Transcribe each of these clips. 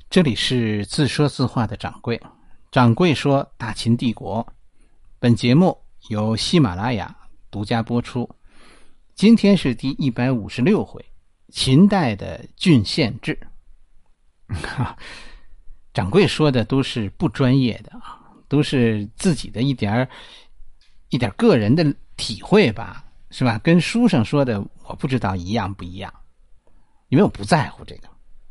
这里是自说自话的掌柜，掌柜说大秦帝国。本节目由喜马拉雅独家播出。今天是第156回，秦代的郡县制。掌柜说的都是不专业的啊，都是自己的一点个人的体会吧，是吧？跟书上说的我不知道一样不一样，因为我不在乎这个。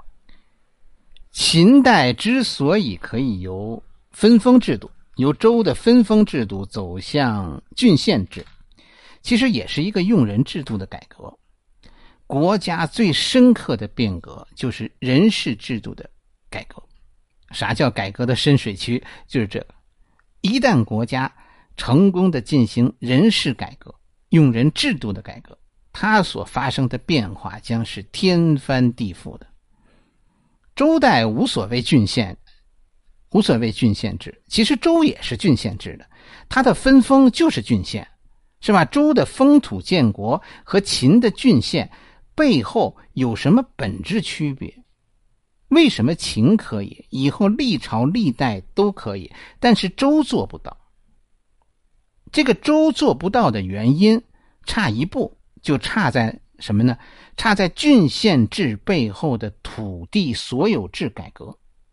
秦代之所以可以由分封制度，由州的分封制度走向郡县制，其实也是一个用人制度的改革。国家最深刻的变革就是人事制度的改革。啥叫改革的深水区？就是这个。一旦国家成功的进行人事改革，用人制度的改革，它所发生的变化将是天翻地覆的。周代无所谓郡县制，其实周也是郡县制的，它的分封就是郡县，是吧？周的封土建国和秦的郡县背后有什么本质区别？为什么秦可以，以后历朝历代都可以，但是周做不到？这个周做不到的原因，差一步就差在什么呢？差在郡县制背后的土地所有制改革。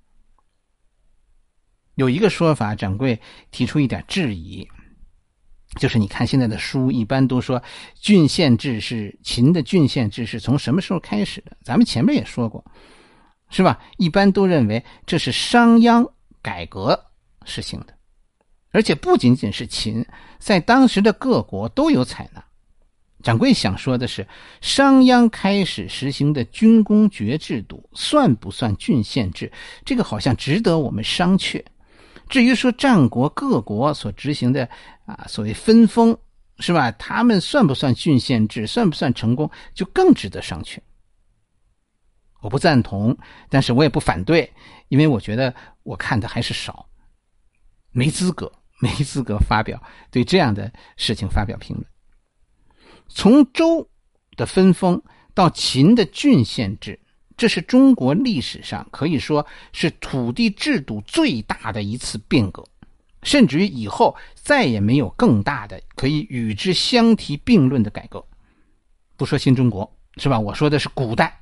有一个说法，掌柜提出一点质疑，就是你看现在的书一般都说郡县制是秦的郡县制是从什么时候开始的？咱们前面也说过，是吧？一般都认为这是商鞅改革实行的，而且不仅仅是秦，在当时的各国都有采纳。掌柜想说的是，商鞅开始实行的军功爵制度算不算郡县制？这个好像值得我们商榷。至于说战国各国所执行的所谓分封，是吧？他们算不算郡县制，算不算成功，就更值得商榷。我不赞同，但是我也不反对，因为我觉得我看的还是少，没资格发表对这样的事情发表评论。从周的分封到秦的郡县制，这是中国历史上可以说是土地制度最大的一次变革，甚至于以后再也没有更大的可以与之相提并论的改革。不说新中国，是吧？我说的是古代。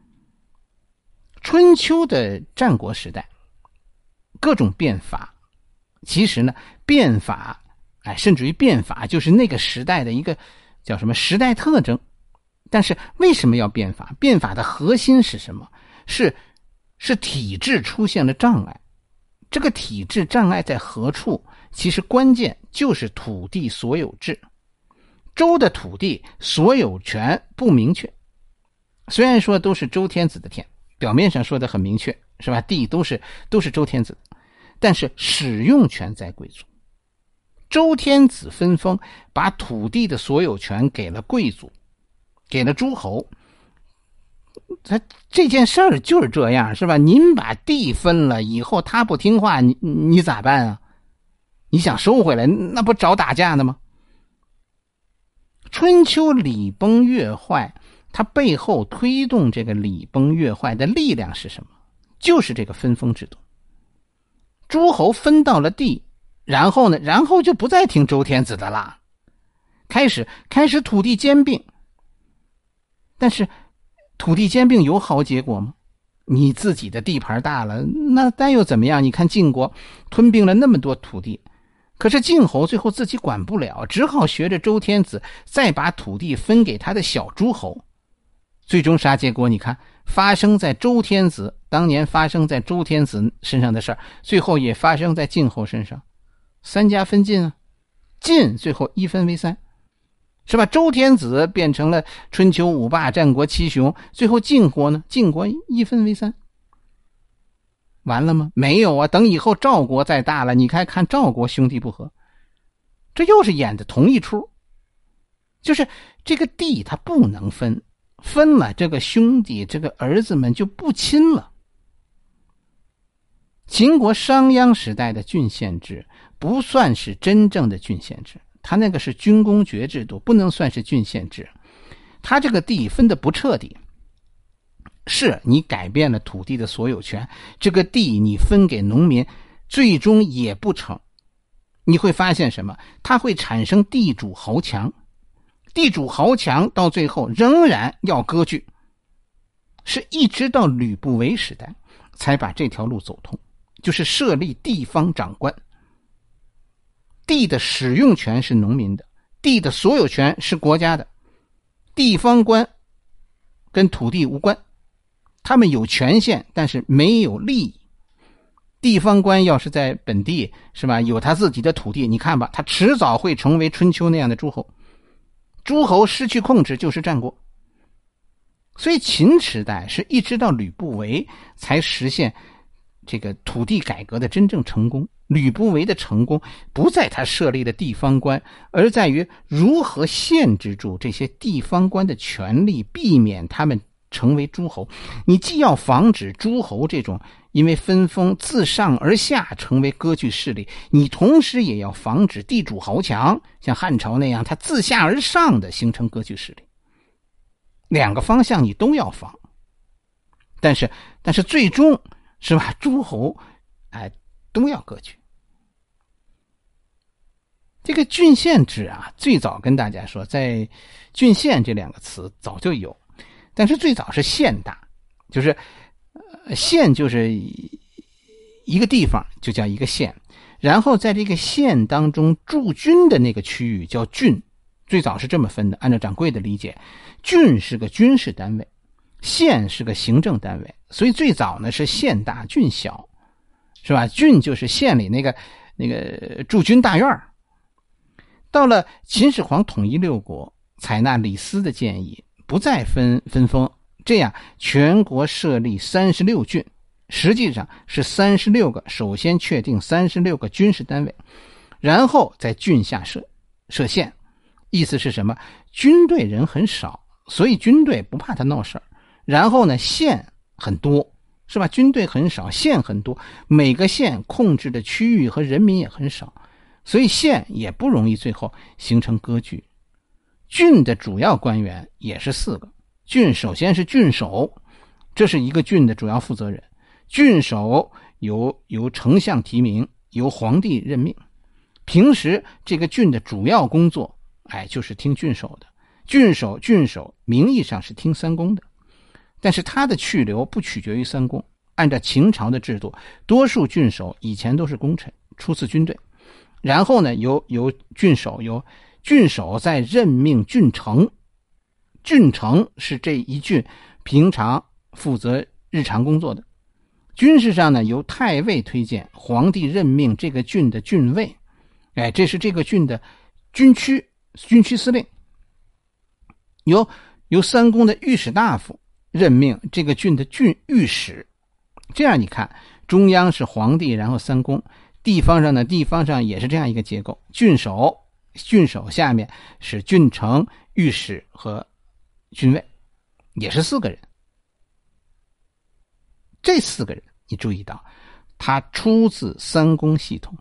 春秋的战国时代，各种变法，其实呢，变法甚至于变法就是那个时代的一个叫什么时代特征。但是为什么要变法？变法的核心是什么？是体制出现了障碍。这个体制障碍在何处？其实关键就是土地所有制。周的土地所有权不明确，虽然说都是周天子的田，表面上说的很明确，是吧？地都是周天子，但是使用权在贵族。周天子分封，把土地的所有权给了贵族，给了诸侯。他这件事儿就是这样，是吧？您把地分了以后，他不听话，你咋办啊？你想收回来，那不找打架的吗？春秋礼崩乐坏，它背后推动这个礼崩乐坏的力量是什么？就是这个分封制度。诸侯分到了地，然后呢？然后就不再听周天子的啦，开始土地兼并。但是土地兼并有好结果吗？你自己的地盘大了，那又怎么样？你看晋国吞并了那么多土地，可是晋侯最后自己管不了，只好学着周天子再把土地分给他的小诸侯。最终啥结果？你看当年发生在周天子身上的事儿，最后也发生在晋侯身上。三家分晋啊，晋最后一分为三，是吧？周天子变成了春秋五霸、战国七雄，最后晋国呢？晋国一分为三。完了吗？没有啊，等以后赵国再大了，你看赵国兄弟不和，这又是演的同一出。就是这个地它不能分了，这个兄弟这个儿子们就不亲了。秦国商鞅时代的郡县制不算是真正的郡县制，他那个是军功爵制度，不能算是郡县制。他这个地分得不彻底， 是你改变了土地的所有权，这个地你分给农民，最终也不成。你会发现什么？它会产生地主豪强，地主豪强到最后仍然要割据，是一直到吕不韦时代才把这条路走通，就是设立地方长官。地的使用权是农民的，地的所有权是国家的，地方官跟土地无关，他们有权限，但是没有利益。地方官要是在本地，是吧，有他自己的土地，你看吧，他迟早会成为春秋那样的诸侯。诸侯失去控制就是战国。所以秦时代是一直到吕不韦才实现这个土地改革的真正成功。吕不韦的成功不在他设立的地方官，而在于如何限制住这些地方官的权力，避免他们成为诸侯。你既要防止诸侯这种因为分封自上而下成为割据势力，你同时也要防止地主豪强像汉朝那样他自下而上的形成割据势力。两个方向你都要防。但是最终是吧，诸侯都要割据。这个郡县制啊，最早跟大家说，在郡县这两个词早就有，但是最早是县大，就是县就是一个地方就叫一个县，然后在这个县当中驻军的那个区域叫郡，最早是这么分的。按照掌柜的理解，郡是个军事单位，县是个行政单位，所以最早呢是县大郡小，是吧？郡就是县里那个驻军大院。到了秦始皇统一六国，采纳李斯的建议，不再分封，这样全国设立36郡，实际上是36个，首先确定36个军事单位，然后在郡下设县。意思是什么？军队人很少，所以军队不怕他闹事儿。然后呢，县很多，是吧？军队很少，县很多，每个县控制的区域和人民也很少，所以县也不容易最后形成割据。郡的主要官员也是4个。郡首先是郡守，这是一个郡的主要负责人。郡守由丞相提名，由皇帝任命。平时这个郡的主要工作就是听郡守的。郡守名义上是听三公的，但是他的去留不取决于三公。按照秦朝的制度，多数郡守以前都是功臣，出自军队。然后呢，由郡守再任命郡丞，郡丞是这一郡平常负责日常工作的。军事上呢，由太尉推荐，皇帝任命这个郡的郡尉，这是这个郡的军区司令。由三公的御史大夫任命这个郡的郡御史。这样你看，中央是皇帝，然后三公，地方上也是这样一个结构。郡守下面是郡丞、御史和军尉，也是4个人。这4个人你注意到，他出自三公系统，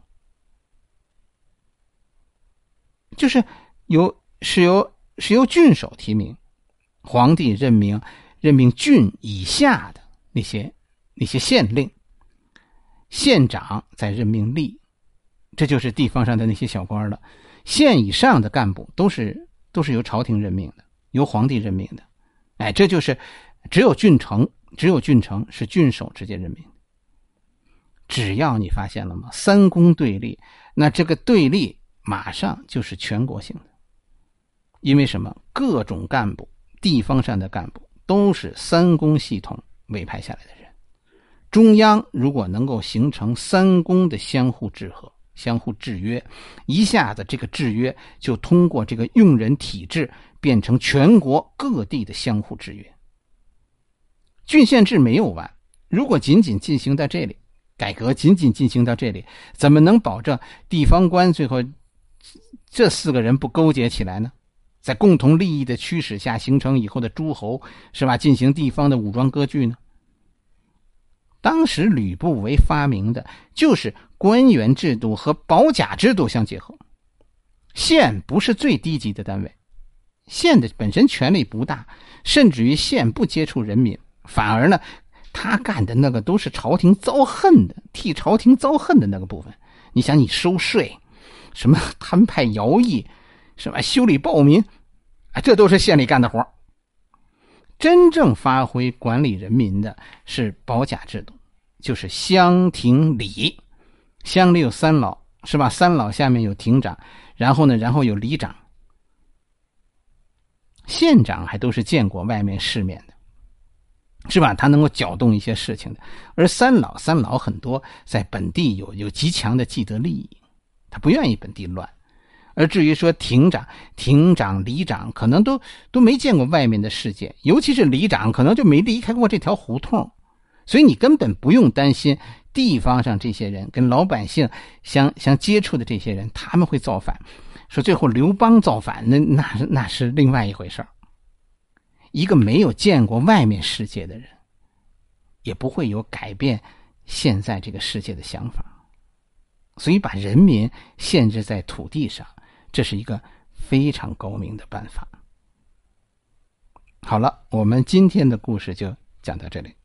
就是由郡守提名，皇帝任命郡以下的那些县令，县长再任命吏，这就是地方上的那些小官了。县以上的干部都是由朝廷任命的，由皇帝任命的。这就是只有郡丞是郡守直接任命的。只要你发现了吗？三公对立，那这个对立马上就是全国性的。因为什么？各种干部，地方上的干部都是三公系统委派下来的人。中央如果能够形成三公的相互制衡、相互制约，一下子这个制约就通过这个用人体制变成全国各地的相互制约。郡县制没有完，如果仅仅进行到这里，改革仅仅进行到这里，怎么能保证地方官最后这4个人不勾结起来呢？在共同利益的驱使下形成以后的诸侯，是吧？进行地方的武装割据呢？当时吕不韦发明的就是官员制度和保甲制度相结合。县不是最低级的单位，县的本身权力不大，甚至于县不接触人民， 反而呢，他干的那个都是朝廷遭恨的，替朝廷遭恨的那个部分。你想，你收税，什么摊派徭役，什么修理暴民，这都是县里干的活。真正发挥管理人民的是保甲制度，就是乡亭里。乡里有三老，是吧？三老下面有亭长，然后有里长。县长还都是见过外面世面的，是吧？他能够搅动一些事情的。而三老很多在本地有极强的既得利益，他不愿意本地乱。而至于说亭长、里长，可能都没见过外面的世界，尤其是里长，可能就没离开过这条胡同。所以你根本不用担心地方上这些人跟老百姓相接触的这些人，他们会造反。说最后刘邦造反，那是另外一回事儿。一个没有见过外面世界的人，也不会有改变现在这个世界的想法。所以把人民限制在土地上，这是一个非常高明的办法。好了，我们今天的故事就讲到这里。